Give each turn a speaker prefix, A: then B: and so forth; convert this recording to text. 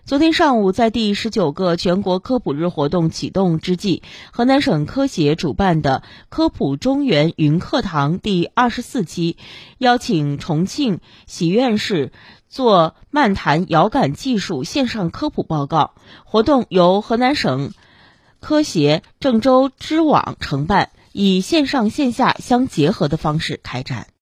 A: 昨天上午，在第19个全国科普日活动启动之际，河南省科协主办的科普中原云课堂第24期，邀请重庆喜苑市做漫谈遥感技术线上科普报告。活动由河南省科协郑州知网承办，以线上线下相结合的方式开展。